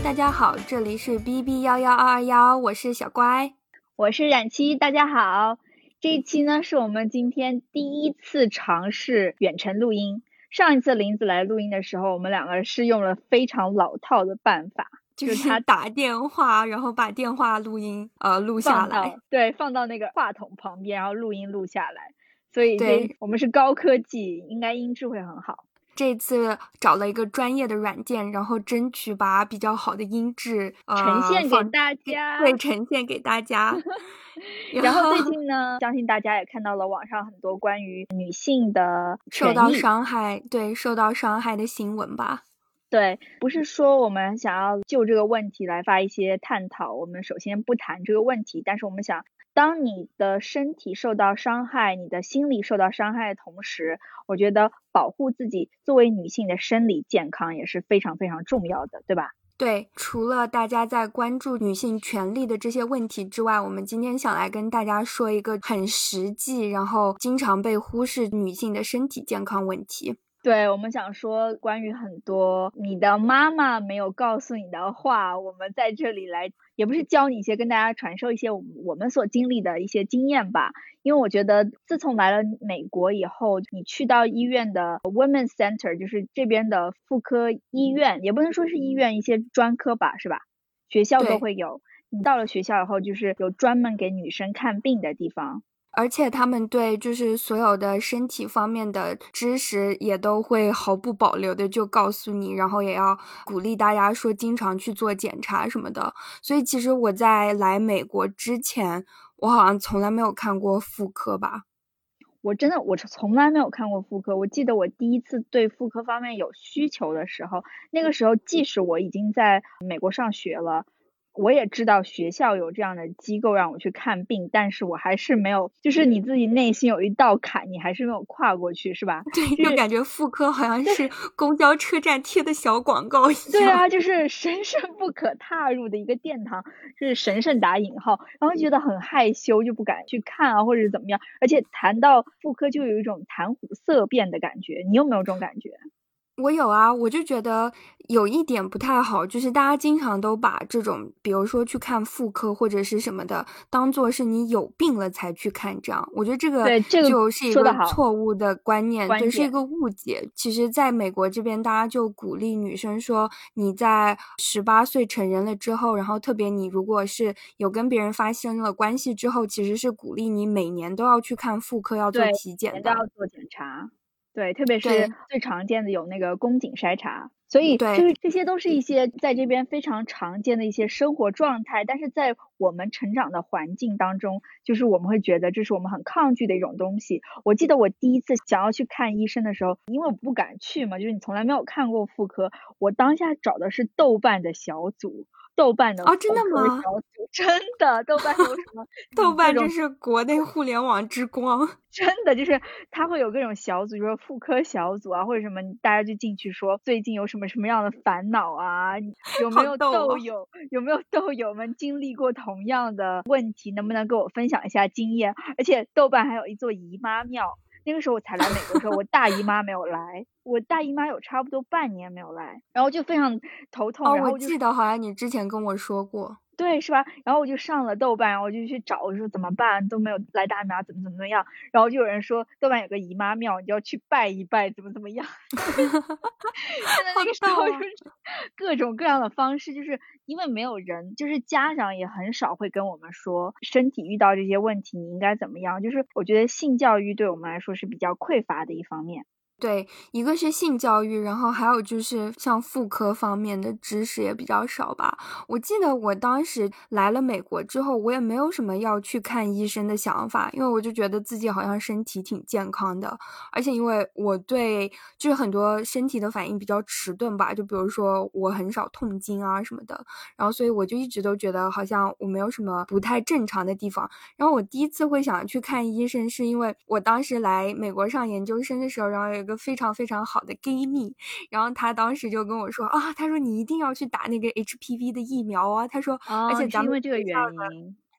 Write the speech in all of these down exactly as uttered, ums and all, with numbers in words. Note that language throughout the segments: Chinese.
大家好，这里是 B B 一一二二一，我是小乖， 我是冉七，大家好。这一期呢是我们今天第一次尝试远程录音。上一次林子来录音的时候，我们两个是用了非常老套的办法， 就是他打电话，然后把电话录音呃录下来， 对，放到那个话筒旁边，然后录音录下来。所以这我们是高科技，应该音质会很好。 这次找了一个专业的软件，然后争取把比较好的音质、呃、 呈现给大家， 对，呈现给大家。 然后最近呢，相信大家也看到了网上很多关于女性的受到伤害，对，受到伤害的新闻吧。 对，不是说我们想要就这个问题来发一些探讨，我们首先不谈这个问题，但是我们想，当你的身体受到伤害，你的心理受到伤害的同时，我觉得保护自己作为女性的生理健康也是非常非常重要的，对吧？ 对，除了大家在关注女性权利的这些问题之外，我们今天想来跟大家说一个很实际，然后经常被忽视女性的身体健康问题。 对，我们想说关于很多你的妈妈没有告诉你的话，我们在这里来，也不是教你一些，跟大家传授一些我们所经历的一些经验吧。因为我觉得自从来了美国以后，你去到医院的 Women's Center， 就是这边的妇科医院，也不能说是医院，一些专科吧，是吧？学校都会有。你到了学校以后，就是有专门给女生看病的地方。 而且他们对就是所有的身体方面的知识也都会毫不保留的就告诉你，然后也要鼓励大家说经常去做检查什么的。所以其实我在来美国之前，我好像从来没有看过妇科吧。 我真的我从来没有看过妇科。我记得我第一次对妇科方面有需求的时候，那个时候即使我已经在美国上学了，我也知道学校有这样的机构让我去看病，但是我还是没有，就是你自己内心有一道坎，你还是没有跨过去，是吧？ 对，就感觉妇科好像是公交车站贴的小广告一样。 对啊，就是神圣不可踏入的一个殿堂，就是神圣打引号，然后觉得很害羞，就不敢去看啊，或者是怎么样。而且谈到妇科就有一种谈虎色变的感觉，你有没有这种感觉？ 我有啊，我就觉得有一点不太好，就是大家经常都把这种比如说去看妇科或者是什么的当做是你有病了才去看，这样我觉得这个就是一个错误的观念，对，是一个误解。其实在美国这边大家就鼓励女生说你在十八岁成人了之后，然后特别你如果是有跟别人发生了关系之后，其实是鼓励你每年都要去看妇科，要做体检的， 都要做检查。对，特别是最常见的有那个宫颈筛查，所以就是这些都是一些在这边非常常见的一些生活状态，但是在我们成长的环境当中，就是我们会觉得这是我们很抗拒的一种东西。我记得我第一次想要去看医生的时候，因为我不敢去嘛，就是你从来没有看过妇科，我当下找的是豆瓣的小组。豆瓣的哦，真的吗？ 真的，豆瓣有什么？ 豆瓣真是国内互联网之光。 真的就是它会有各种小组，比如说妇科小组啊，或者什么，大家就进去说最近有什么什么样的烦恼啊，有没有豆友、哦、有没有豆友们经历过同样的问题，能不能跟我分享一下经验？而且豆瓣还有一座姨妈庙。那个时候我才来美国的时候，我大姨妈没有来，我大姨妈有差不多半年没有来，然后就非常头痛。 哦， 然后我记得好像你之前跟我说过。 对，是吧？然后我就上了豆瓣，我就去找，我说怎么办，都没有来大姨妈，怎么怎么样？然后就有人说豆瓣有个姨妈庙，你就要去拜一拜，怎么怎么样？现在那个时候就是各种各样的方式，就是因为没有人，就是家长也很少会跟我们说身体遇到这些问题你应该怎么样。就是我觉得性教育对我们来说是比较匮乏的一方面。 对，一个是性教育，然后还有就是像妇科方面的知识也比较少吧。我记得我当时来了美国之后，我也没有什么要去看医生的想法，因为我就觉得自己好像身体挺健康的，而且因为我对就是很多身体的反应比较迟钝吧，就比如说我很少痛经啊什么的，然后所以我就一直都觉得好像我没有什么不太正常的地方。然后我第一次会想去看医生，是因为我当时来美国上研究生的时候，然后有一个非常非常好的闺蜜，然后她当时就跟我说啊，她说你一定要去打那个 H P V 的疫苗啊，她说、 哦、 而且咱们是因为这个原因。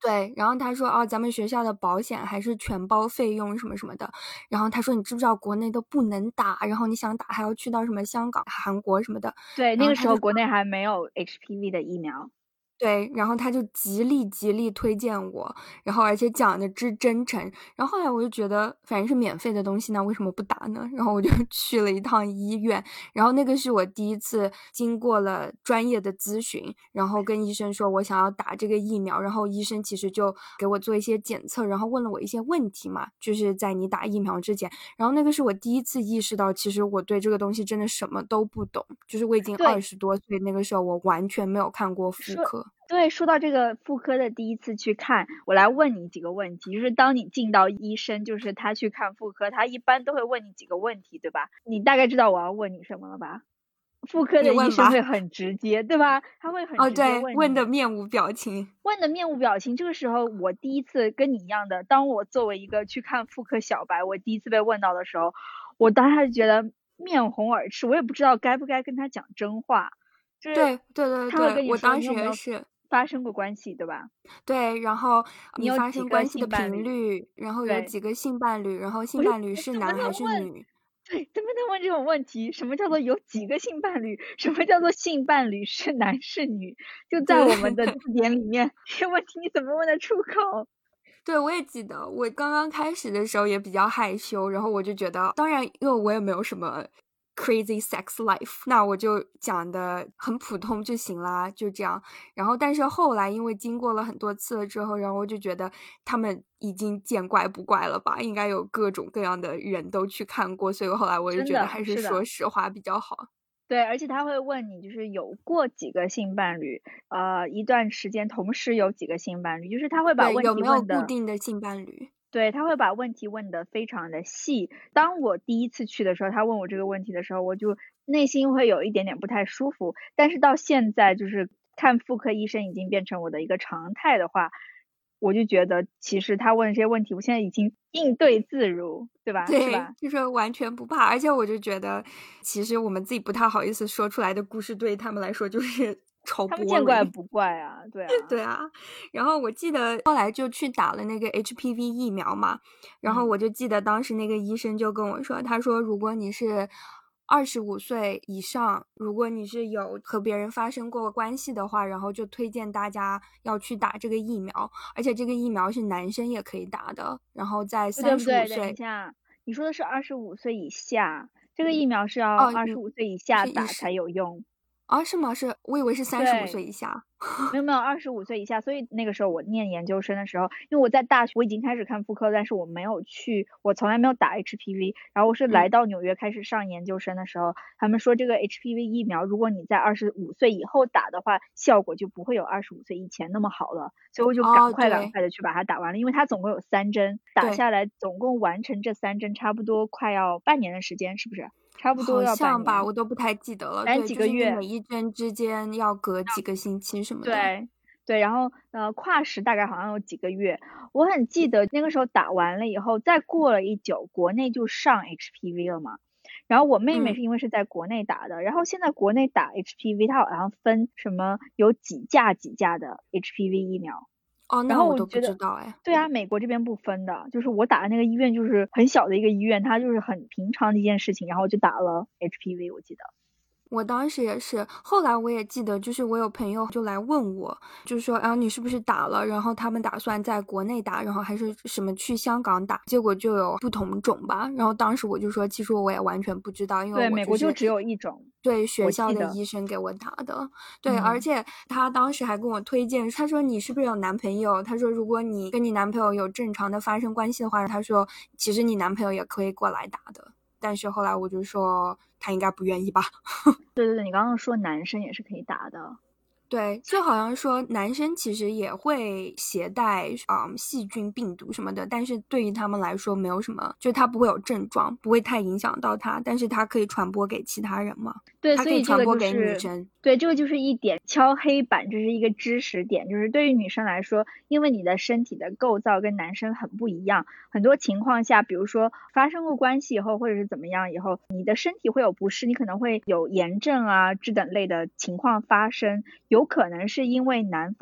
对，然后他说哦，咱们学校的保险还是全包费用什么什么的，然后他说你知不知道国内都不能打，然后你想打还要去到什么香港、韩国什么的， 对，那个时候然后他就国内还没有 H P V 的疫苗。 对，然后他就极力极力推荐我，然后而且讲的之真诚，然后后来我就觉得反正是免费的东西呢，为什么不打呢？然后我就去了一趟医院，然后那个是我第一次经过了专业的咨询，然后跟医生说我想要打这个疫苗，然后医生其实就给我做一些检测，然后问了我一些问题嘛，就是在你打疫苗之前，然后那个是我第一次意识到，其实我对这个东西真的什么都不懂，就是我已经二十多岁，那个时候我完全没有看过妇科。 对，说到这个妇科的第一次去看，我来问你几个问题，就是当你进到医生，就是他去看妇科，他一般都会问你几个问题，对吧？你大概知道我要问你什么了吧？妇科的医生会很直接，对吧？他会很直接问你， 哦，对，问的面无表情， 问的面无表情。这个时候，我第一次跟你一样的，当我作为一个去看妇科小白，我第一次被问到的时候，我当时就觉得面红耳赤，我也不知道该不该跟他讲真话。就是、 对对对对，我当时也是。 发生过关系对吧？ 对，然后你发生关系的频率，然后有几个性伴侣，然后性伴侣是男还是女？ 对，怎么能问这种问题？什么叫做有几个性伴侣？什么叫做性伴侣是男是女？就在我们的字典里面，这个问题你怎么问得出口？ 对，我也记得，我刚刚开始的时候也比较害羞，然后我就觉得，当然，因为我也没有什么crazy sex life， 那我就讲的很普通就行啦，就这样。然后但是后来因为经过了很多次了之后，然后我就觉得他们已经见怪不怪了吧，应该有各种各样的人都去看过，所以后来我就觉得还是说实话比较好。 对，而且他会问你就是有过几个性伴侣，呃一段时间同时有几个性伴侣，就是他会把问题问的有没有固定的性伴侣。 对，他会把问题问得非常的细。当我第一次去的时候，他问我这个问题的时候，我就内心会有一点点不太舒服。但是到现在，就是看妇科医生已经变成我的一个常态的话，我就觉得其实他问这些问题，我现在已经应对自如，对吧？ 对， 是吧？ 就是完全不怕。而且我就觉得，其实我们自己不太好意思说出来的故事，对他们来说就是超玻璃。 他们见怪不怪啊，对啊， 对啊。然后我记得后来就去打了那个 H P V 疫苗嘛，然后我就记得当时那个医生就跟我说，他说如果你是二十五岁以上，如果你是有和别人发生过关系的话，然后就推荐大家要去打这个疫苗，而且这个疫苗是男生也可以打的。然后在三十五岁， 对对，等一下，你说的是二十五岁以下，这个疫苗是要二十五岁以下打才有用。 啊，是吗？是，我以为是三十五岁以下。 没有没有，二十五岁以下。所以那个时候我念研究生的时候，因为我在大学我已经开始看妇科，但是我没有去，我从来没有打 H P V。然后我是来到纽约开始上研究生的时候，嗯、他们说这个 H P V 疫苗，如果你在二十五岁以后打的话，效果就不会有二十五岁以前那么好了。所以我就赶快赶快的去把它打完了，因为它总共有三针，打下来总共完成这三针，差不多快要半年的时间，是不是？差不多要半年， 好像吧，我都不太记得了。 反正几个月， 就是、每一针之间要隔几个星期什么的。 对对，然后呃跨时大概好像有几个月，我很记得那个时候打完了以后，再过了一久，国内就上 H P V 了嘛。然后我妹妹是因为是在国内打的，嗯、然后现在国内打 H P V 它好像分什么有几价几价的 H P V 疫苗。 哦，那我都不知道哎。 对啊，美国这边不分的，就是我打的那个医院就是很小的一个医院，它就是很平常的一件事情，然后就打了 H P V， 我记得。 我当时也是，后来我也记得，就是我有朋友就来问我，就是说，啊，你是不是打了？然后他们打算在国内打，然后还是什么去香港打，结果就有不同种吧。然后当时我就说，其实我也完全不知道，因为我、就是、 对美国就只有一种， 对学校的医生给我打的。对、嗯，而且他当时还跟我推荐，他说你是不是有男朋友？他说如果你跟你男朋友有正常的发生关系的话，他说其实你男朋友也可以过来打的。但是后来我就说他应该不愿意吧。 对对对，你刚刚说男生也是可以打的。 对，就好像说男生其实也会携带嗯细菌病毒什么的，但是对于他们来说没有什么，就他不会有症状，不会太影响到他，但是他可以传播给其他人嘛。 对， 他可以传播给女生。 对，这个就是一点敲黑板，这是一个知识点，就是对于女生来说，因为你的身体的构造跟男生很不一样，很多情况下，比如说发生过关系以后，或者是怎么样以后，你的身体会有不适，你可能会有炎症啊这等类的情况发生，有可能是因为男方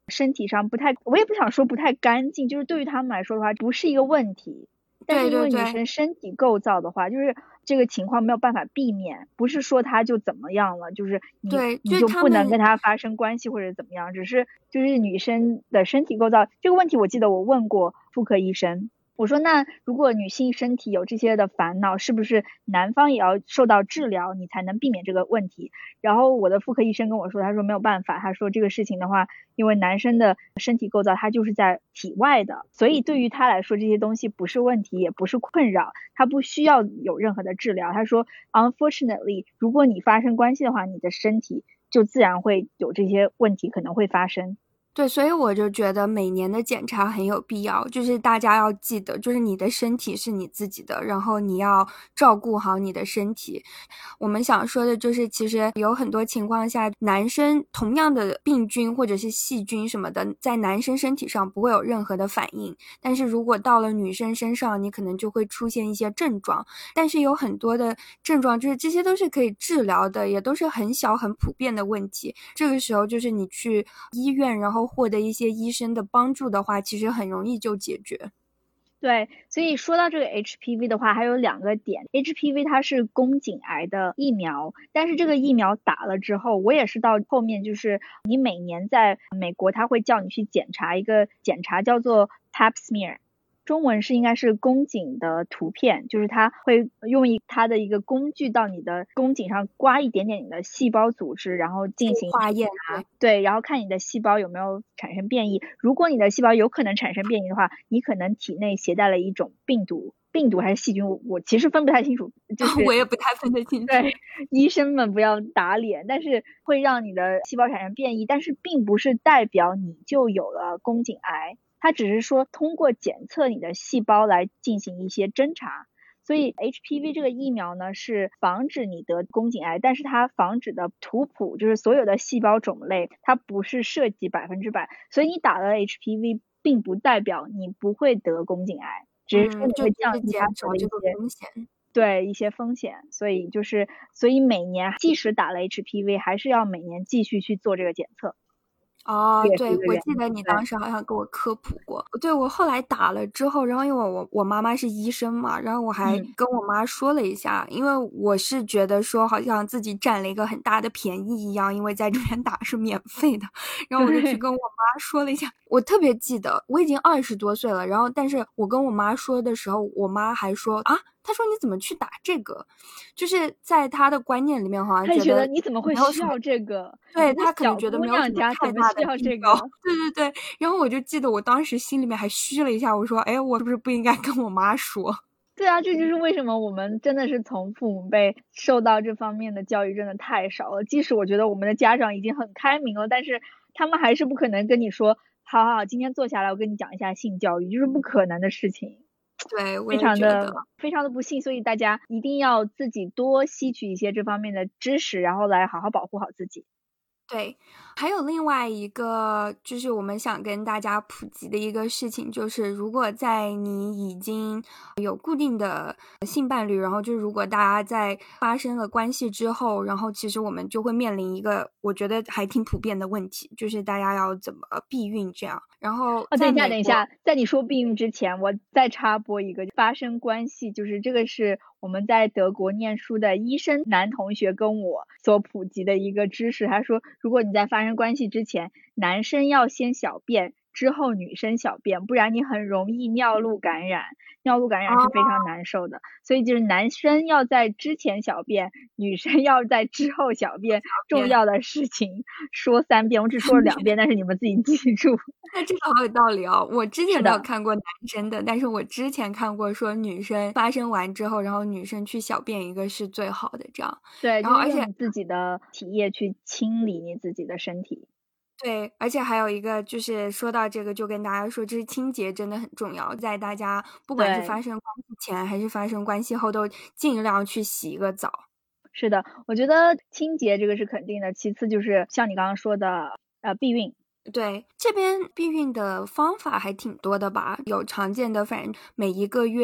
身体上不太，我也不想说不太干净，就是对于他们来说的话不是一个问题。但是因为女生身体构造的话，就是这个情况没有办法避免，不是说她就怎么样了，就是你对你就不能跟她发生关系或者怎么样，只是就是女生的身体构造这个问题，我记得我问过妇科医生，我说那如果女性身体有这些的烦恼，是不是男方也要受到治疗，你才能避免这个问题？然后我的妇科医生跟我说，他说没有办法，他说这个事情的话，因为男生的身体构造他就是在体外的，所以对于他来说这些东西不是问题，也不是困扰，他不需要有任何的治疗。他说 unfortunately 如果你发生关系的话，你的身体就自然会有这些问题可能会发生。 对，所以我就觉得每年的检查很有必要，就是大家要记得，就是你的身体是你自己的，然后你要照顾好你的身体。我们想说的就是，其实有很多情况下，男生同样的病菌或者是细菌什么的，在男生身体上不会有任何的反应，但是如果到了女生身上，你可能就会出现一些症状。但是有很多的症状，就是这些都是可以治疗的，也都是很小很普遍的问题。这个时候就是你去医院，然后获得一些医生的帮助的话，其实很容易就解决。 对，所以说到这个 H P V 的话，还有两个点。H P V 它是宫颈癌的疫苗，但是这个疫苗打了之后，我也是到后面就是你每年在美国他会叫你去检查一个检查叫做 Pap smear。中文是应该是宫颈的图片，就是它会用一它的一个工具到你的宫颈上刮一点点你的细胞组织，然后进行化验， 对，然后看你的细胞有没有产生变异。如果你的细胞有可能产生变异的话，你可能体内携带了一种病毒，病毒还是细菌，我我其实分不太清楚，就是我也不太分得清楚。 对，医生们不要打脸，但是会让你的细胞产生变异，但是并不是代表你就有了宫颈癌。它只是说通过检测你的细胞来进行一些侦查，所以 H P V 这个疫苗呢是防止你得宫颈癌，但是它防止的图谱就是所有的细胞种类，它不是涉及百分之百，所以你打了 H P V 并不代表你不会得宫颈癌，只是说你会降低它的一些风险。 对一些风险，所以就是所以每年即使打了 H P V 还是要每年继续去做这个检测。 哦，对，我记得你当时好像给我科普过。对，我后来打了之后，然后因为我我妈妈是医生嘛，然后我还跟我妈说了一下，嗯、因为我是觉得说好像自己占了一个很大的便宜一样，因为在这边打是免费的，然后我就去跟我妈说了一下。我特别记得我已经二十多岁了，然后但是我跟我妈说的时候，我妈还说啊，她说你怎么去打这个？就是在她的观念里面好像觉得， 觉得你怎么会需要这个？ 对，她可能觉得没有什么太大的需要这个。 对对对，然后我就记得我当时心里面还虚了一下，我说哎，我是不是不应该跟我妈说？ 对啊，这就是为什么我们真的是从父母辈受到这方面的教育真的太少了。即使我觉得我们的家长已经很开明了，但是他们还是不可能跟你说好好好，今天坐下来我跟你讲一下性教育，就是不可能的事情。 对，我非常的非常的不幸，所以大家一定要自己多吸取一些这方面的知识，然后来好好保护好自己。 对，还有另外一个就是我们想跟大家普及的一个事情，就是如果在你已经有固定的性伴侣，然后就如果大家在发生了关系之后，然后其实我们就会面临一个我觉得还挺普遍的问题，就是大家要怎么避孕这样。然后哦，等一下等一下，在你说避孕之前，我再插播一个发生关系，就是这个是我们在德国念书的医生男同学跟我所普及的一个知识。他说如果你在发生关系之前，男生要先小便，之后女生小便，不然你很容易尿路感染，尿路感染是非常难受的、哦、所以就是男生要在之前小便，女生要在之后小便，重要的事情说三遍，我只说了两遍但是你们自己记住。 那这个好有道理哦，我之前没有看过男生的，但是我之前看过说女生发生完之后，然后女生去小便一个是最好的这样。 对， 然后而且用你自己的体液去清理你自己的身体。 对，而且还有一个就是说到这个就跟大家说，这是清洁真的很重要，在大家不管是发生关系前还是发生关系后都尽量去洗一个澡。 是的，我觉得清洁这个是肯定的，其次就是像你刚刚说的呃避孕。 对，这边避孕的方法还挺多的吧，有常见的反正每一个月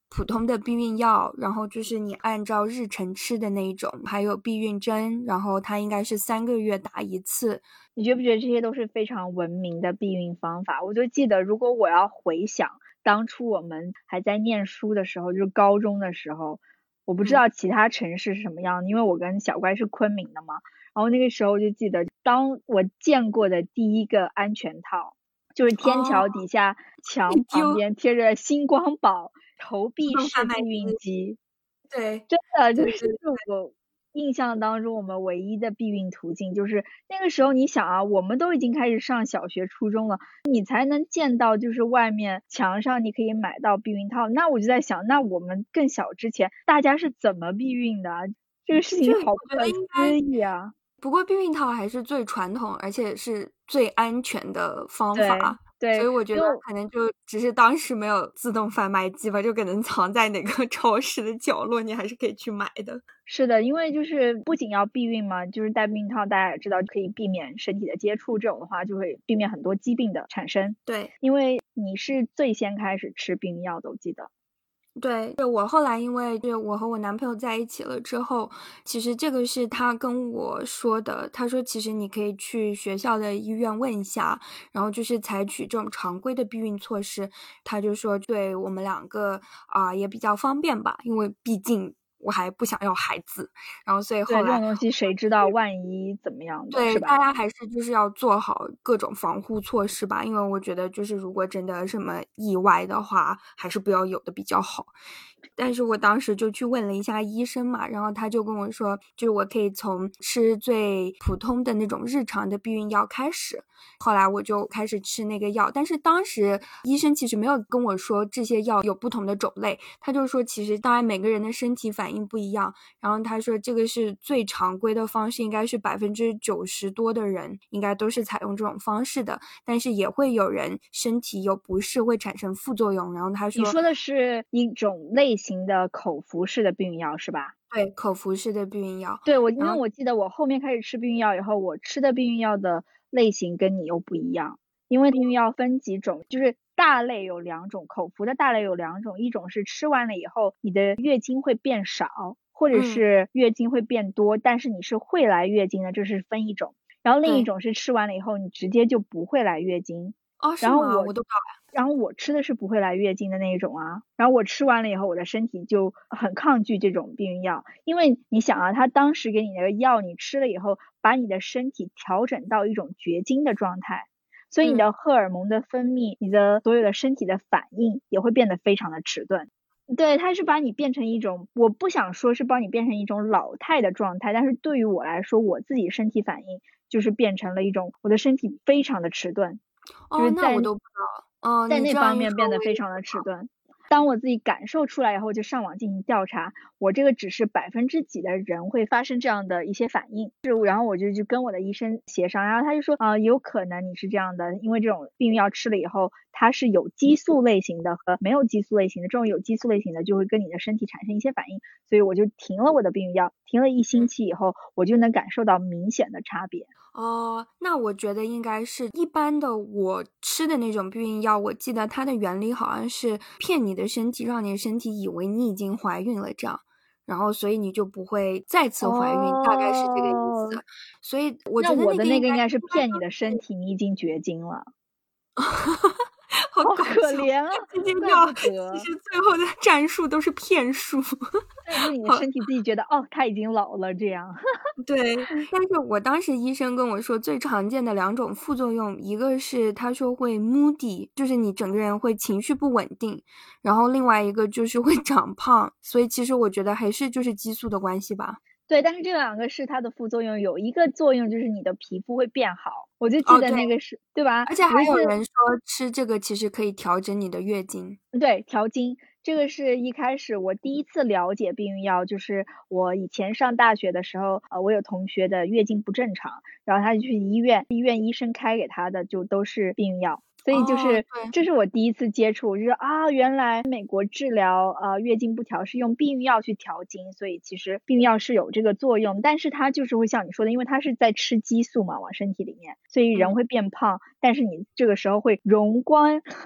普通的避孕药，然后就是你按照日程吃的那一种，还有避孕针，然后它应该是三个月打一次。 你觉不觉得这些都是非常文明的避孕方法？我就记得，如果我要回想当初我们还在念书的时候，就是高中的时候，我不知道其他城市是什么样的，嗯、因为我跟小乖是昆明的嘛。然后那个时候就记得，当我见过的第一个安全套，就是天桥底下墙旁边贴着星光宝投币式避孕机。 对， 真的就是我印象当中我们唯一的避孕途径，就是那个时候你想啊，我们都已经开始上小学初中了，你才能见到就是外面墙上你可以买到避孕套。那我就在想，那我们更小之前大家是怎么避孕的？这个事情好不可思议啊。 不过避孕套还是最传统而且是最安全的方法， 对， 所以我觉得可能就只是当时没有自动贩卖机吧，就可能藏在哪个超市的角落，你还是可以去买的。 是的，因为就是不仅要避孕嘛，就是戴避孕套大家也知道可以避免身体的接触，这种的话就会避免很多疾病的产生。 对， 因为你是最先开始吃避孕药的，我记得。 对，我后来因为就我和我男朋友在一起了之后，其实这个是他跟我说的，他说其实你可以去学校的医院问一下，然后就是采取这种常规的避孕措施，他就说对我们两个啊、呃、也比较方便吧，因为毕竟我还不想要孩子，然后所以后来对这种东西谁知道万一怎么样的， 对， 是吧？ 大家还是就是要做好各种防护措施吧，因为我觉得就是如果真的什么意外的话，还是不要有的比较好。但是我当时就去问了一下医生嘛，然后他就跟我说，就是我可以从吃最普通的那种日常的避孕药开始。后来我就开始吃那个药，但是当时医生其实没有跟我说这些药有不同的种类，他就说其实当然每个人的身体反应不一样，然后他说这个是最常规的方式，应该是百分之九十多的人应该都是采用这种方式的，但是也会有人身体有不适会产生副作用。然后他说你说的是一种类型的口服式的避孕药是吧？ 对，口服式的避孕药。 对，我因为我记得我后面开始吃避孕药以后，我吃的避孕药的类型跟你又不一样，因为避孕药分几种，就是大类有两种，口服的大类有两种，一种是吃完了以后你的月经会变少，或者是月经会变多，嗯、但是你是会来月经的，这是分一种。然后另一种是吃完了以后你直接就不会来月经。 哦，是吗？ 然后我我都不知道。 然后我吃的是不会来月经的那一种啊，然后我吃完了以后我的身体就很抗拒这种避孕药，因为你想啊，他当时给你那个药你吃了以后把你的身体调整到一种绝经的状态，所以你的荷尔蒙的分泌、嗯、你的所有的身体的反应也会变得非常的迟钝。对，它是把你变成一种，我不想说是把你变成一种老态的状态，但是对于我来说我自己身体反应就是变成了一种我的身体非常的迟钝。 哦，就是那我都不知道。哦， 在那方面变得非常的迟钝。当我自己感受出来以后，就上网进行调查，我这个只是百分之几的人会发生这样的一些反应，然后我就去跟我的医生协商，然后他就说啊、呃，有可能你是这样的，因为这种避孕药吃了以后，它是有激素类型的和没有激素类型的，这种有激素类型的就会跟你的身体产生一些反应，所以我就停了我的避孕药，停了一星期以后，我就能感受到明显的差别。 哦，那我觉得应该是一般的我吃的那种避孕药，我记得它的原理好像是骗你的身体，让你的身体以为你已经怀孕了这样，然后所以你就不会再次怀孕、哦、大概是这个意思。所以我觉得那我的那个应该是骗你的身体你已经绝经了。 好可怜啊！ 这些药其实最后的战术都是骗术。 那就是你的身体自己觉得哦，他已经老了这样。 对，但是我当时医生跟我说最常见的两种副作用，一个是他说会 moody， 就是你整个人会情绪不稳定，然后另外一个就是会长胖，所以其实我觉得还是就是激素的关系吧。 对，但是这两个是它的副作用，有一个作用就是你的皮肤会变好，我就记得那个是、哦、对, 对吧？ 而且还有人说吃这个其实可以调整你的月经。 对，调经，这个是一开始我第一次了解避孕药，就是我以前上大学的时候，呃，我有同学的月经不正常，然后他就去医院，医院医生开给他的就都是避孕药。所以就是、哦、这是我第一次接触，就是啊，原来美国治疗呃月经不调是用避孕药去调经，所以其实避孕药是有这个作用，但是它就是会像你说的，因为它是在吃激素嘛，往身体里面，所以人会变胖，嗯、但是你这个时候会容光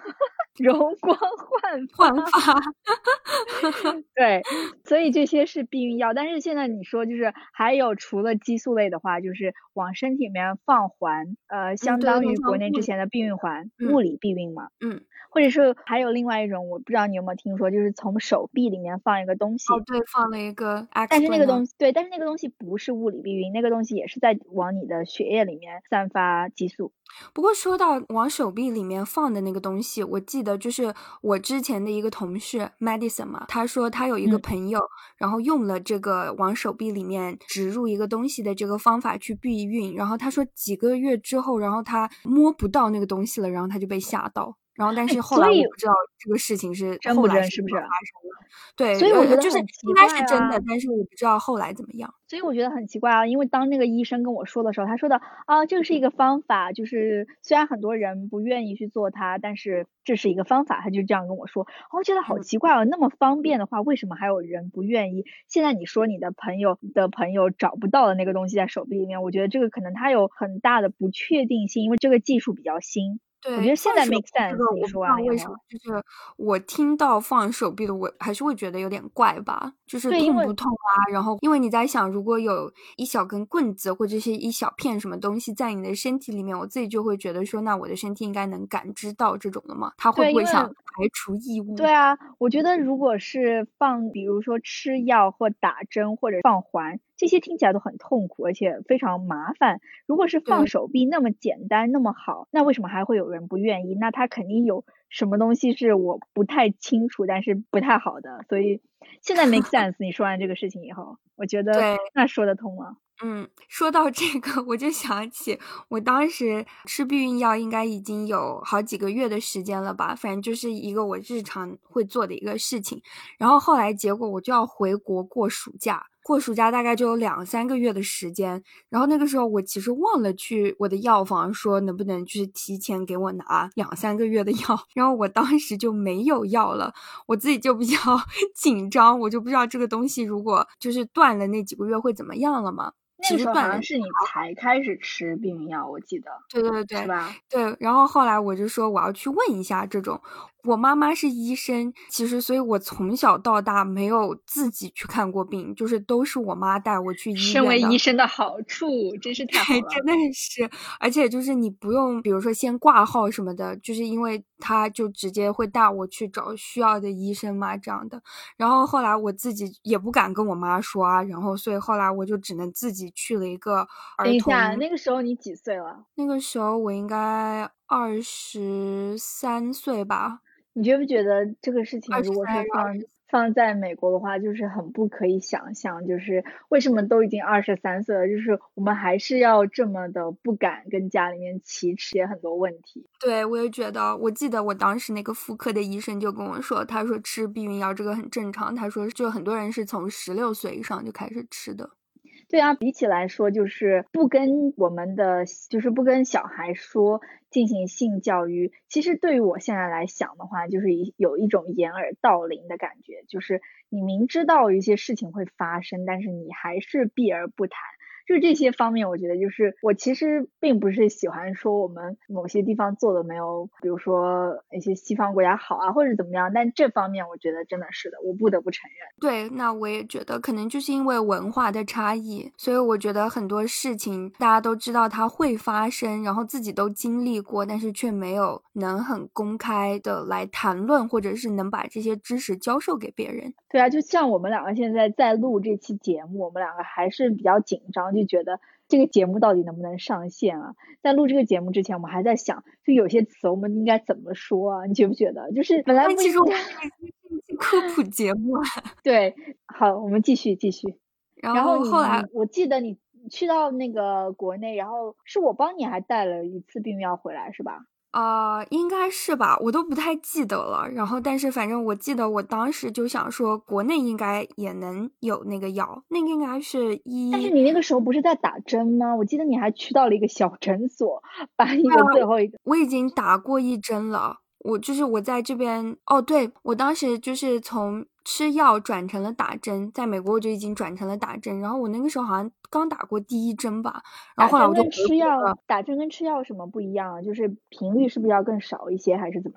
容光焕焕发。 发。 对，所以这些是避孕药。但是现在你说就是还有除了激素类的话，就是往身体里面放环，呃， 嗯， 相对对对， 当于国内像物理之前的避孕环， 嗯物理避孕嘛。 嗯， 或者是还有另外一种，我不知道你有没有听说，就是从手臂里面放一个东西， 哦对，放了一个但是那个 Explain。 东西对，但是那个东西不是物理避孕，那个东西也是在往你的血液里面散发激素。 不过说到往手臂里面放的那个东西，我记得就是我之前的一个同事 Madison 嘛，他说他有一个嗯， 朋友，然后用了这个往手臂里面植入一个东西的这个方法去避孕，然后他说几个月之后，然后他摸不到那个东西了，然后他就被吓到。然后但哎， 是后来所以我不知道这个事情是真不真， 后来是怎么是不是？ 发生的。对， 所以我觉呃，就是得很奇应该是真的， 怪啊。 但是我不知道后来怎么样。 所以我觉得很奇怪啊，因为当那个医生跟我说的时候，他说的啊，这个是一个方法，就是虽然很多人不愿意去做它，但是这是一个方法，他就这样跟我说。我觉得好嗯。 奇怪啊，那么方便的话，为什么还有人不愿意？现在你说你的朋友的朋友找不到的那个东西在手臂里面，我觉得这个可能它有很大的不确定性，因为这个技术比较新。我觉对， 得现在放手 make 臂这 sense， 个我不知你说完道为什么， 了以后。 就是我听到放手臂的，我还是会觉得有点怪吧，就是对，因为痛不痛啊？然后因为你在想，如果有一小根棍子或者是一小片什么东西在你的身体里面，我自己就会觉得说，那我的身体应该能感知到这种的嘛，他会不对，因为会想排除异物？ 对啊，我觉得如果是放，比如说吃药或打针或者放环，这些听起来都很痛苦，而且非常麻烦。如果是放对。 手臂那么简单那么好，那为什么还会有人不愿意？那他肯定有什么东西是我不太清楚，但是不太好的。所以现在 make sense，你说完这个事情以后，我觉得对。 那说得通了。 嗯，说到这个，我就想起我当时吃避孕药应该已经有好几个月的时间了吧，反正就是一个我日常会做的一个事情。然后后来结果我就要回国过暑假，过暑假大概就有两三个月的时间。然后那个时候我其实忘了去我的药房说能不能就是提前给我拿两三个月的药，然后我当时就没有药了，我自己就比较紧张，我就不知道这个东西如果就是断了那几个月会怎么样了嘛。 那个时候好其实断了像是你才开始吃避孕药，我记得对对对是吧？ 对，然后后来我就说我要去问一下这种，我妈妈是医生，其实所以我从小到大没有自己去看过病，就是都是我妈带我去医身为院的。 医生的好处真是太好对， 了。 真的是，而且就是你不用，比如说先挂号什么的，就是因为他就直接会带我去找需要的医生嘛，这样的。然后后来我自己也不敢跟我妈说啊，然后所以后来我就只能自己去了一个儿等一下， 童。 那个时候你几岁了？ 那个时候我应该二十三岁吧。 你觉不觉得这个事情如果二十三还是二是放十四。 放在美国的话，就是很不可以想象，就是为什么都已经二十三岁了，就是我们还是要这么的不敢跟家里面启齿很多问题。 对，我也觉得，我记得我当时那个妇科的医生就跟我说，他说吃避孕药这个很正常，他说就很多人是从十六岁以上就开始吃的。 对啊，比起来说，就是不跟我们的，就是不跟小孩说进行性教育，其实对于我现在来想的话，就是有一种掩耳盗铃的感觉，就是你明知道有一些事情会发生，但是你还是避而不谈。就是这些方面，我觉得就是我其实并不是喜欢说我们某些地方做的没有，比如说一些西方国家好啊，或者怎么样，但这方面我觉得真的是的，我不得不承认。 对，那我也觉得可能就是因为文化的差异，所以我觉得很多事情大家都知道它会发生，然后自己都经历过，但是却没有能很公开的来谈论，或者是能把这些知识教授给别人。 对啊，就像我们两个现在在录这期节目，我们两个还是比较紧张，就觉得这个节目到底能不能上线啊？在录这个节目之前，我们还在想，就有些词我们应该怎么说啊？你觉不觉得？就是本来不应该。 科普节目啊。 对，好，我们继续继续。 然然后你后后来你，我记得你去到那个国内，然后是我帮你还带了一次避孕药回来，是吧？ 呃，应该是吧，我都不太记得了。然后，但是反正我记得我当时就想说，国内应该也能有那个药，那个应该是一。 但是你那个时候不是在打针吗？我记得你还去到了一个小诊所，把你的最后一个。 我已经打过一针了。我就是我在这边哦，对，我当时就是从吃药转成了打针，在美国我就已经转成了打针，然后我那个时候好像刚打过第一针吧，然后后来我就打针跟吃药，打针跟吃药有什么不一样啊？就是频率是不是要更少一些，还是怎么说？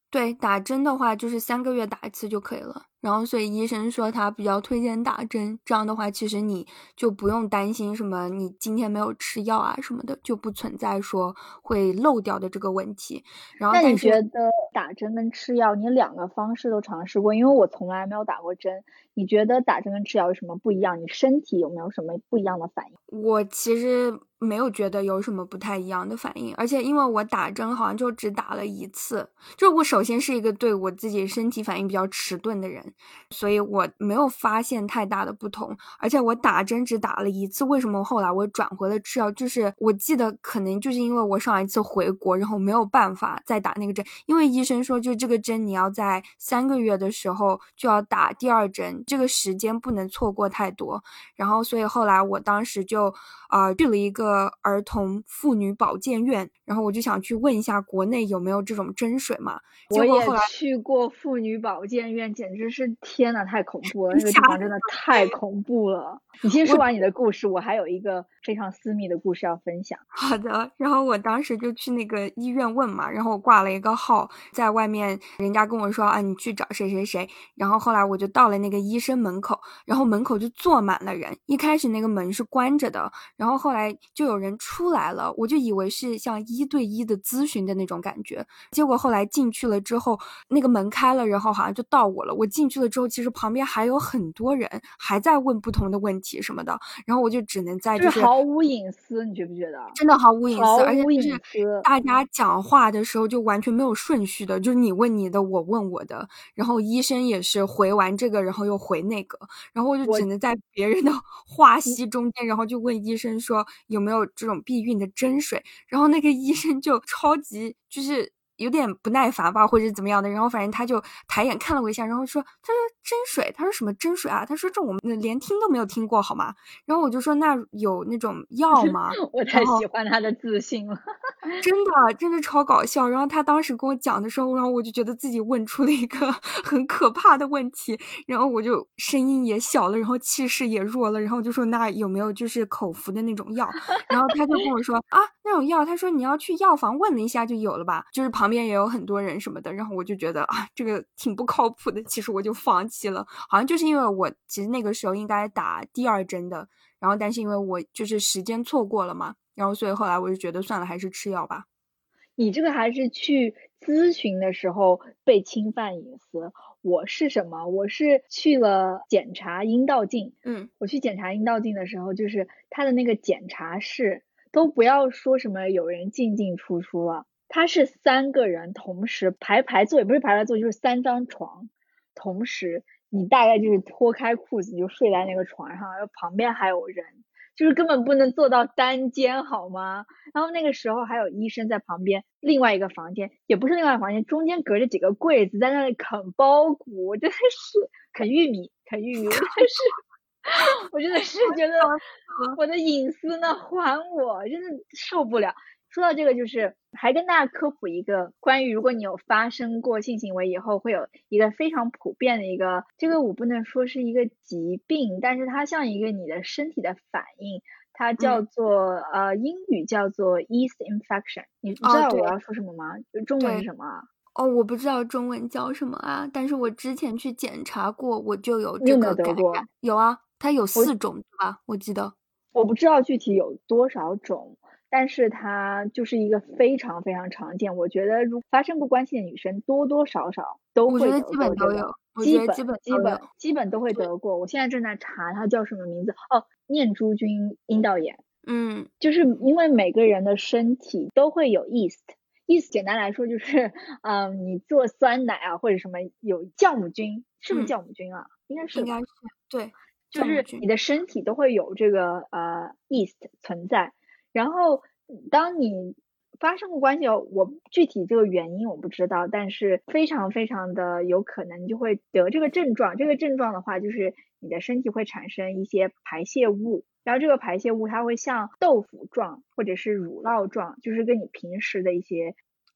对，打针的话就是三个月打一次就可以了。然后所以医生说他比较推荐打针，这样的话其实你就不用担心什么你今天没有吃药啊什么的，就不存在说会漏掉的这个问题。然后那但是你觉得打针跟吃药，你两个方式都尝试过？因为我从来没有打过针，你觉得打针跟吃药有什么不一样？你身体有没有什么不一样的反应？ 我其实没有觉得有什么不太一样的反应，而且因为我打针好像就只打了一次，就是我首先是一个对我自己身体反应比较迟钝的人，所以我没有发现太大的不同。而且我打针只打了一次，为什么后来我转回了吃药？就是我记得可能就是因为我上一次回国，然后没有办法再打那个针，因为医生说就这个针你要在三个月的时候就要打第二针，这个时间不能错过太多。然后所以后来我当时就呃去了一个儿童妇女保健院，然后我就想去问一下国内有没有这种针水嘛。结我也果后来去过妇女保健院，简直是天呐，太恐怖了！那个吓地方真的太恐怖了。你先我说完你的故事，我还有一个非常私密的故事要分享。 好的，然后我当时就去那个医院问嘛，然后我挂了一个号，在外面人家跟我说啊，你去找谁谁谁，然后后来我就到了那个医生门口，然后门口就坐满了人，一开始那个门是关着的，然后后来就有人出来了，我就以为是像一对一的咨询的那种感觉，结果后来进去了之后，那个门开了，然后好像就到我了，我进去了之后，其实旁边还有很多人还在问不同的问题什么的，然后我就只能在就是就是毫无隐私，你觉不觉得？ 真的毫无隐私， 毫而且就是无隐私。 大家讲话的时候就完全没有顺序的，就是你问你的，我问我的，然后医生也是回完这个，然后又回那个，然后我就我只能在别人的话隙中间，然后就问医生说有没有这种避孕的针水，然后那个医生就超级就是有点不耐烦吧，或者怎么样的，然后反正他就抬眼看了我一下，然后说他说针水，他说什么针水啊？他说这我们连听都没有听过好吗？然后我就说那有那种药吗？ 我太然后喜欢他的自信了。 真的真的超搞笑。然后他当时跟我讲的时候，然后我就觉得自己问出了一个很可怕的问题，然后我就声音也小了，然后气势也弱了，然后就说那有没有就是口服的那种药？然后他就跟我说啊那种药，他说你要去药房问了一下就有了吧，就是旁边也有很多人什么的，然后我就觉得啊这个挺不靠谱的，其实我就放弃了。好像就是因为我其实那个时候应该打第二针的，然后但是因为我就是时间错过了嘛，然后所以后来我就觉得算了，还是吃药吧。 你这个还是去咨询的时候被侵犯隐私。我是什么？我是去了检查阴道镜。 嗯， 我去检查阴道镜的时候，就是他的那个检查室都不要说什么有人进进出出了，他是三个人同时排排坐，也不是排排坐，就是三张床同时，你大概就是脱开裤子你就睡在那个床上，然后旁边还有人。就是根本不能做到单间好吗？然后那个时候还有医生在旁边，另外一个房间也不是另外一个房间，中间隔着几个柜子在那里啃包谷，我真的是啃玉米，啃玉米，我真的是，我真的是觉得我的隐私呢还我，真的受不了。说到这个，就是还跟大家科普一个关于如果你有发生过性行为以后会有一个非常普遍的一个，这个我不能说是一个疾病，但是它像一个你的身体的反应，它叫做、嗯、呃英语叫做 yeast infection。 你知道我要说什么吗？哦、中文是什么啊？ 哦，我不知道中文叫什么啊，但是我之前去检查过，我就有这个感染。有啊，它有四种对吧？我记得。 我不知道具体有多少种，但是它就是一个非常非常常见。我觉得如发生过关系的女生多多少少都会得过这个， 基本都有， 基本基本基本基本都会得过。我现在正在查它叫什么名字哦，念珠菌阴道炎。 嗯， 就是因为每个人的身体都会有 yeast。yeast 简单来说就是，嗯，你做酸奶啊或者什么有酵母菌，是不是酵母菌啊？嗯、应该是吧？ 应该是对。 就是你的身体都会有这个呃 yeast 存在，然后当你发生过关系，我具体这个原因我不知道，但是非常非常的有可能你就会得这个症状。这个症状的话，就是你的身体会产生一些排泄物，然后这个排泄物它会像豆腐状或者是乳酪状，就是跟你平时的一些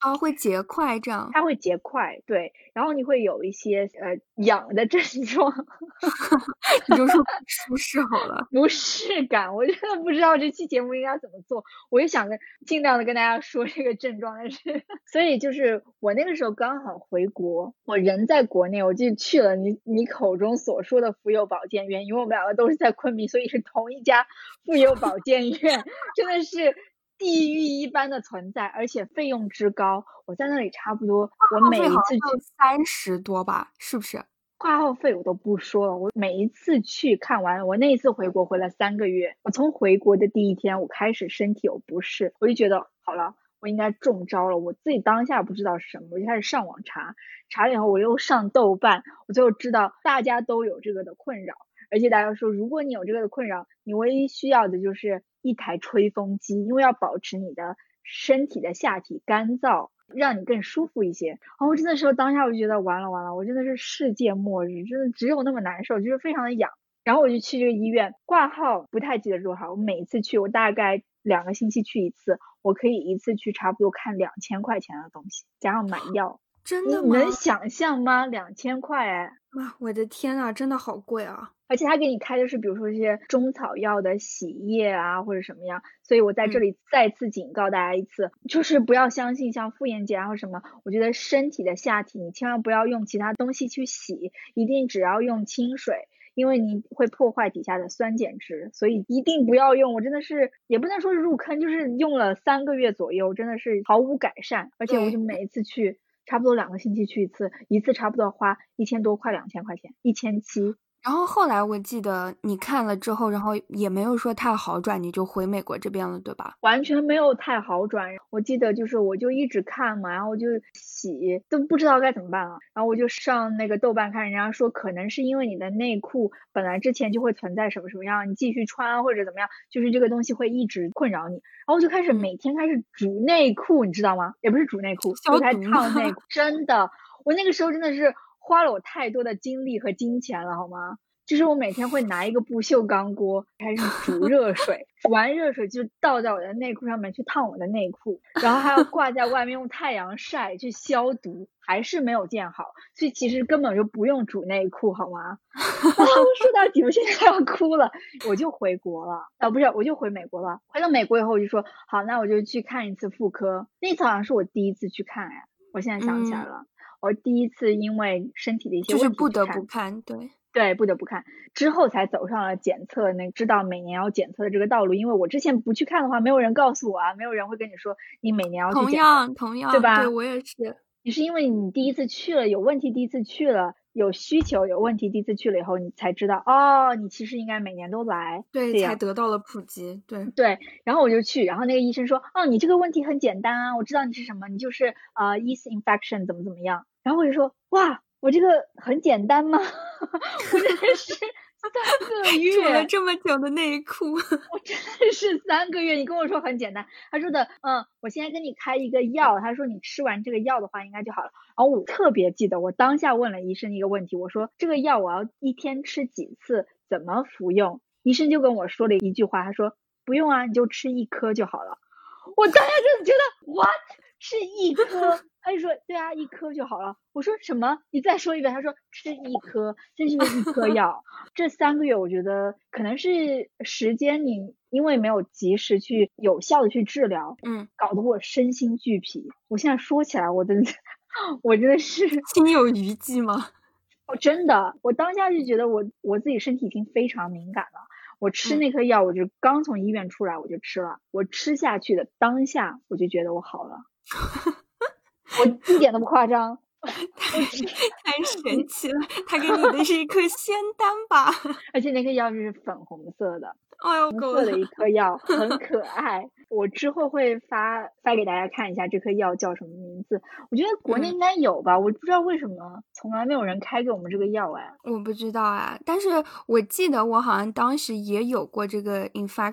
啊，会结块这样。 它会结块，对，然后你会有一些呃痒的症状。 你就说不舒适好了。 不适感，我真的不知道这期节目应该怎么做。我也想跟尽量的跟大家说这个症状，但是所以就是我那个时候刚好回国，我人在国内，我就去了你你口中所说的妇幼保健院，因为我们两个都是在昆明，所以是同一家妇幼保健院，真的是地狱一般的存在，而且费用之高。我在那里差不多，我每一次去三十多吧，是不是？ 挂号费我都不说了，我每一次去看完，我那一次回国回了三个月，我从回国的第一天我开始身体有不适，我就觉得好了，我应该中招了。我自己当下不知道是什么，我就开始上网查，查了以后我又上豆瓣，我最后知道大家都有这个的困扰，而且大家说如果你有这个的困扰，你唯一需要的就是一台吹风机，因为要保持你的身体的下体干燥，让你更舒服一些。然后真的时候当下我就觉得完了完了，我真的是世界末日，真的只有那么难受，就是非常的痒。然后我就去这个医院挂号，不太记得多少，我每一次去我大概两个星期去一次，我可以一次去差不多看两千块钱的东西，加上买药。 真的吗？ 你能想象吗？两千块哎！ 哇，我的天啊，真的好贵啊！ 而且他给你开的是比如说一些中草药的洗液啊或者什么样，所以我在这里再次警告大家一次、嗯、就是不要相信像妇炎洁啊或什么，我觉得身体的下体你千万不要用其他东西去洗，一定只要用清水，因为你会破坏底下的酸碱值，所以一定不要用。我真的是也不能说是入坑，就是用了三个月左右，真的是毫无改善，而且我就每一次去差不多两个星期去一次，一次差不多花一千多块两千块钱，一千七。 然后后来我记得你看了之后，然后也没有说太好转，你就回美国这边了，对吧？ 完全没有太好转。我记得就是我就一直看嘛，然后我就洗，都不知道该怎么办了。然后我就上那个豆瓣看，人家说可能是因为你的内裤本来之前就会存在什么什么样，你继续穿或者怎么样，就是这个东西会一直困扰你。然后我就开始每天开始煮内裤，你知道吗？也不是煮内裤，就开始烫内裤。真的，我那个时候真的是花了我太多的精力和金钱了，好吗？就是我每天会拿一个不锈钢锅开始煮热水，煮完热水就倒在我的内裤上面去烫我的内裤，然后还要挂在外面用太阳晒去消毒，还是没有见好，所以其实根本就不用煮内裤，好吗？啊，说到底我现在要哭了。我就回国了啊，不是，我就回美国了。回到美国以后我就说好，那我就去看一次妇科。那次好像是我第一次去看，哎，我现在想起来了、嗯、我第一次因为身体的一些问题就是不得不看，对对，不得不看，之后才走上了检测，那知道每年要检测的这个道路。因为我之前不去看的话，没有人告诉我啊，没有人会跟你说你每年要去检测， 同样同样， 对吧？ 对，我也是。 你是因为你第一次去了有问题，第一次去了有需求有问题，第一次去了以后你才知道哦，你其实应该每年都来， 对，才得到了普及。对对，然后我就去，然后那个医生说哦，你这个问题很简单啊，我知道你是什么，你就是呃 yeast infection 怎么怎么样。然后我就说哇，我这个很简单吗？我真的是三个月煮了这么久的内裤， 我真的是三个月。你跟我说很简单，他说的嗯，我现在跟你开一个药，他说你吃完这个药的话应该就好了。然后我特别记得我当下问了医生一个问题，我说这个药我要一天吃几次，怎么服用？医生就跟我说了一句话，他说不用啊，你就吃一颗就好了。我当下真的觉得 what 是一颗？他就说对啊，一颗就好了。我说什么？你再说一遍。他说吃一颗，这就是一颗药。这三个月我觉得可能是时间你因为没有及时去有效的去治疗， 嗯， 搞得我身心俱疲。我现在说起来我真的我真的是心有余悸吗？ 我真的我当下就觉得我我自己身体已经非常敏感了。我吃那颗药，我就刚从医院出来我就吃了，我吃下去的当下我就觉得我好了。我一点都不夸张。 太太神奇了，他给你的是一颗仙丹吧？ 而且那颗药是粉红色的， 哎呦， 红色的一颗药，很可爱。我之后会发发给大家看一下这颗药叫什么名字。我觉得国内应该有吧、嗯、我不知道为什么从来没有人开给我们这个药哎。 我不知道啊，但是我记得我好像当时也有过这个 infection。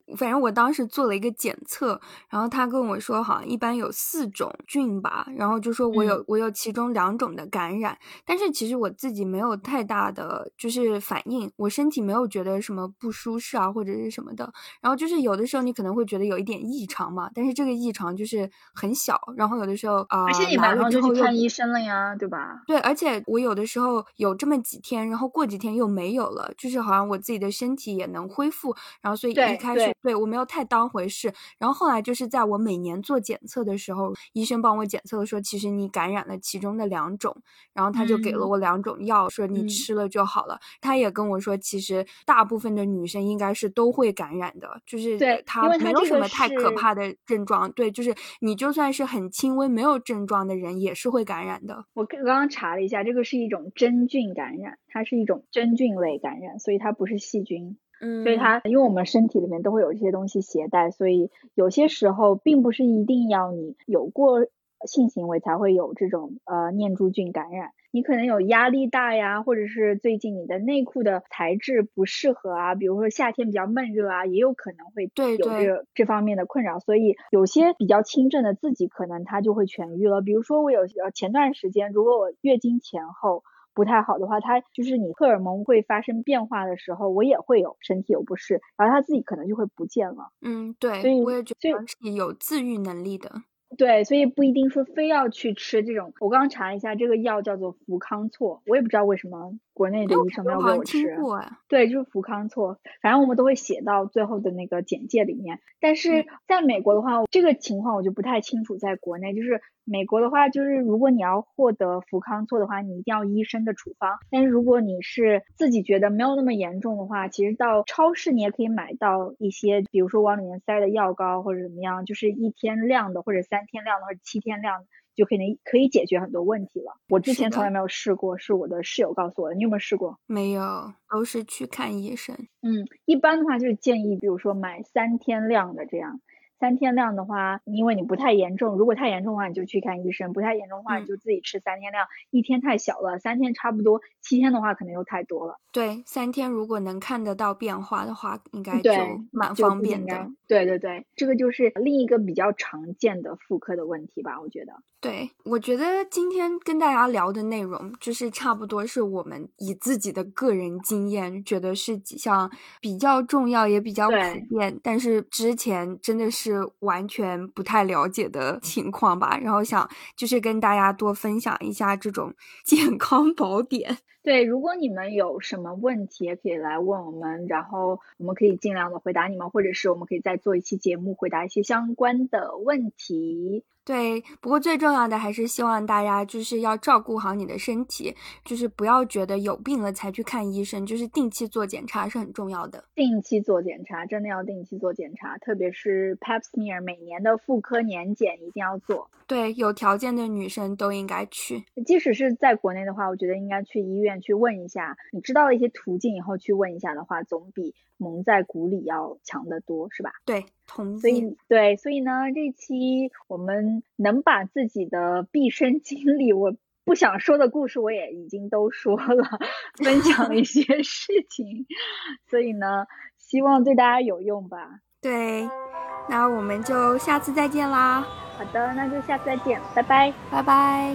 反正我当时做了一个检测，然后他跟我说好像一般有四种菌吧，然后就说我有、嗯、我有其中两种的感染，但是其实我自己没有太大的就是反应，我身体没有觉得什么不舒适啊或者是什么的，然后就是有的时候你可能会觉得有一点异常嘛，但是这个异常就是很小，然后有的时候啊、呃， 而且你马上就去看医生了呀，对吧？ 对，而且我有的时候有这么几天，然后过几天又没有了，就是好像我自己的身体也能恢复，然后所以一开始 对, 对我没有太当回事，然后后来就是在我每年做检测的时候，医生帮我检测的说其实你感染了其中的两种，然后他就给了我两种药、嗯、说你吃了就好了、嗯、他也跟我说其实大部分的女生应该是都会感染的，就是他没有什么太可怕的症状，对，就是你就算是很轻微没有症状的人也是会感染的。 我刚刚查了一下，这个是一种真菌感染，它是一种真菌类感染，所以它不是细菌。 嗯， 所以它因为我们身体里面都会有这些东西携带，所以有些时候并不是一定要你有过性行为才会有这种呃念珠菌感染，你可能有压力大呀，或者是最近你的内裤的材质不适合啊，比如说夏天比较闷热啊，也有可能会有这对对这方面的困扰，所以有些比较轻症的自己可能它就会痊愈了。比如说我有前段时间，如果我月经前后不太好的话，它就是你荷尔蒙会发生变化的时候，我也会有身体有不适，然后它自己可能就会不见了。 嗯，对， 所以我也觉得是有自愈能力的。 对，所以不一定说非要去吃这种，我刚刚查了一下，这个药叫做福康唑，我也不知道为什么国内的医生没有给我吃。 我我对，就是福康唑，反正我们都会写到最后的那个简介里面。但是在美国的话、嗯、这个情况我就不太清楚，在国内就是美国的话，就是如果你要获得福康唑的话，你一定要医生的处方，但是如果你是自己觉得没有那么严重的话，其实到超市你也可以买到一些比如说往里面塞的药膏或者怎么样，就是一天量的或者三天量的或者七天量的，就可以可以解决很多问题了。我之前从来没有试过，是我的室友告诉我的。你有没有试过？ 没有，都是去看医生。 嗯，一般的话就是建议比如说买三天量的这样。三天量的话，因为你不太严重，如果太严重的话你就去看医生，不太严重的话你就自己吃三天量、嗯、一天太小了，三天差不多，七天的话可能又太多了。 对，三天如果能看得到变化的话应该就蛮方便的。 对对对，这个就是另一个比较常见的妇科的问题吧，我觉得。 对，我觉得今天跟大家聊的内容就是差不多是我们以自己的个人经验觉得是几项比较重要也比较普遍，但是之前真的是完全不太了解的情况吧，然后想就是跟大家多分享一下这种健康宝典。 对，如果你们有什么问题也可以来问我们，然后我们可以尽量的回答你们，或者是我们可以再做一期节目回答一些相关的问题。 对，不过最重要的还是希望大家就是要照顾好你的身体，就是不要觉得有病了才去看医生，就是定期做检查是很重要的。 定期做检查，真的要定期做检查，特别是 Pap smear 每年的妇科年检一定要做。 对，有条件的女生都应该去。 即使是在国内的话，我觉得应该去医院去问一下，你知道了一些途径以后去问一下的话，总比蒙在鼓里要强得多，是吧？ 对，同意。 所以对，所以呢，这期我们能把自己的毕生经历，我不想说的故事我也已经都说了，分享了一些事情，所以呢，希望对大家有用吧。 对，那我们就下次再见啦。 好的，那就下次再见，拜拜， 拜拜。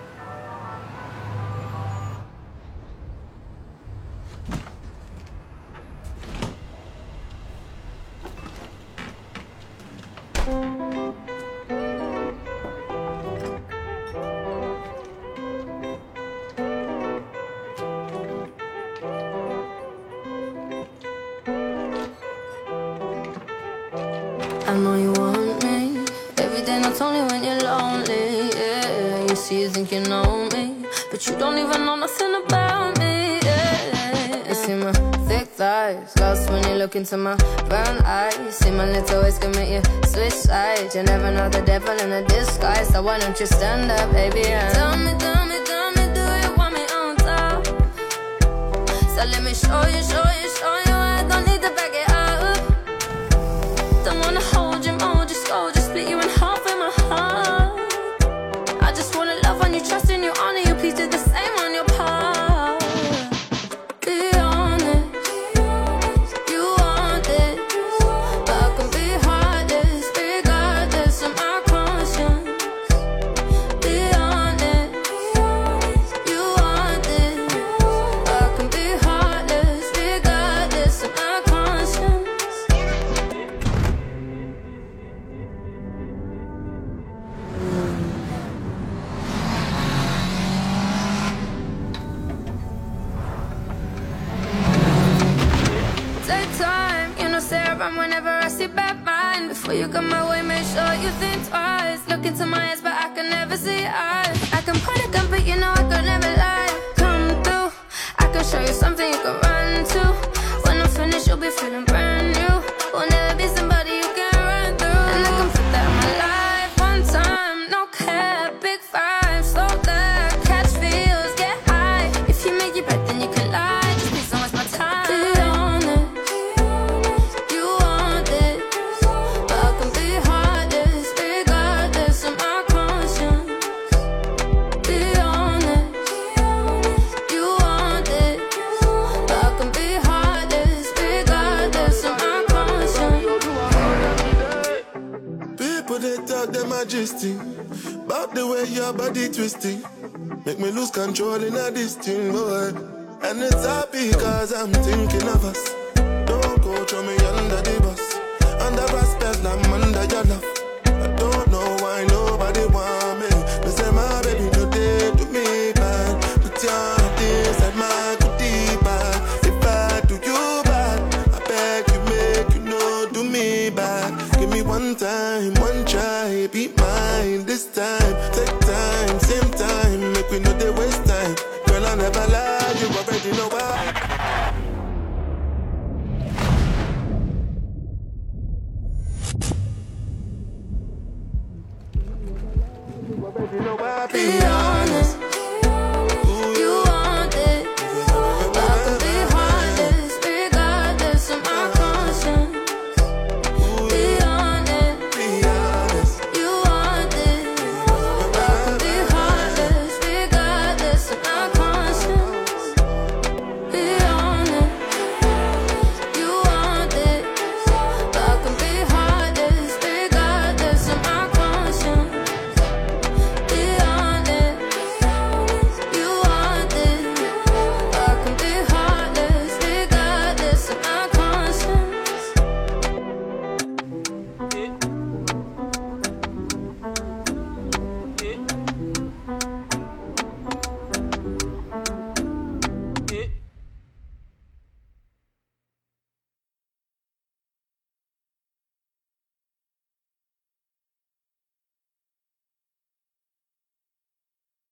I know you want me every day, not only when you're lonely. Yeah, you see you think you know me, but you don't even know nothing about me. Yeah, you see my thick thighs, lost when you look into my brown eyes. See my little ways can make you switch sides. You never know the devil in a disguise, so why don't you stand up, baby, and tell me, tell me, tell me, do you want me on top? So let me show you, show you, show you. I don't need to back it up. Don't wanna hold you more, just go, just split you in half with my heart. I just wanna love on you, trust in you, honor you, please do the same on your part. Be honest, you want this, but I run whenever I see bad mind. Before you come my way, make sure you think twice. Look into my eyes, but I can never see eyes. I can point a gun, but you know I could never lie. Come through, I can show you something you can run to. When I'm finished, you'll be feeling brand new. Will never be somebody you can run through. And I can put that in my life one time. No cap, big five, slow that, catch feels, get high. If you make your bet, then you can lie. Just please don't waste my time. Be honest, you want this, but I can be heartless, regardless of my conscience. Be honest, you want this, but I can be heartless, regardless of my conscience. People they talk them majesty about the way your body twisting. Make me lose control in a this thing, boy. And it's happy cause I'm thinking of us. Don't go throw me under the bus. Under respect, I'm under your love. I don't know why nobody want me. They say my baby no day to me bad. Put your things at my goodie bag. If I do you bad, I beg you make you know do me bad. Give me one time, one try, be mine this time. Take time, same time, make we know they waste time. Girl, I never lie, you already know why. You already know why, baby.